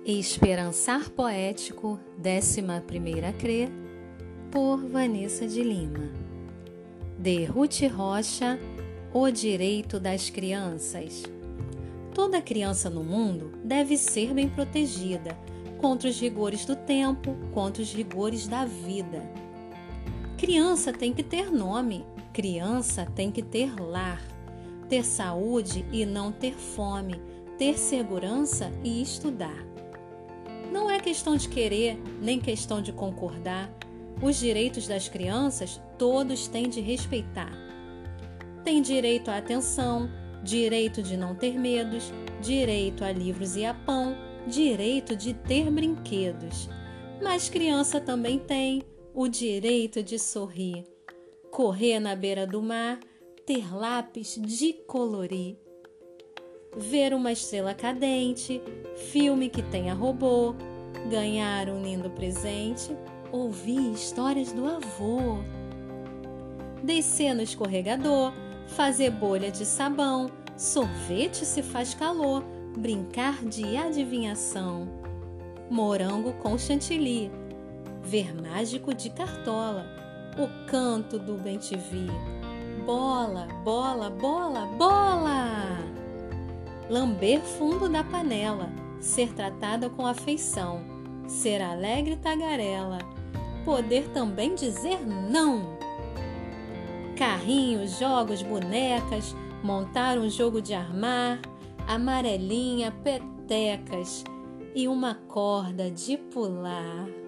Esperançar Poético, 11ª CRE, por Vanessa de Lima. De Ruth Rocha, O Direito das Crianças. Toda criança no mundo deve ser bem protegida contra os rigores do tempo, contra os rigores da vida. Criança tem que ter nome, criança tem que ter lar, ter saúde e não ter fome, ter segurança e estudar. Não é questão de querer, nem questão de concordar. Os direitos das crianças todos têm de respeitar. Tem direito à atenção, direito de não ter medos, direito a livros e a pão, direito de ter brinquedos. Mas criança também tem o direito de sorrir, correr na beira do mar, ter lápis de colorir, ver uma estrela cadente, filme que tenha robô, ganhar um lindo presente, ouvir histórias do avô, descer no escorregador, fazer bolha de sabão, sorvete se faz calor, brincar de adivinhação, morango com chantilly, ver mágico de cartola, o canto do bem-te-vi, bola, bola, bola, bola! Lamber fundo da panela, ser tratada com afeição, ser alegre e tagarela, poder também dizer não. Carrinhos, jogos, bonecas, montar um jogo de armar, amarelinha, petecas e uma corda de pular.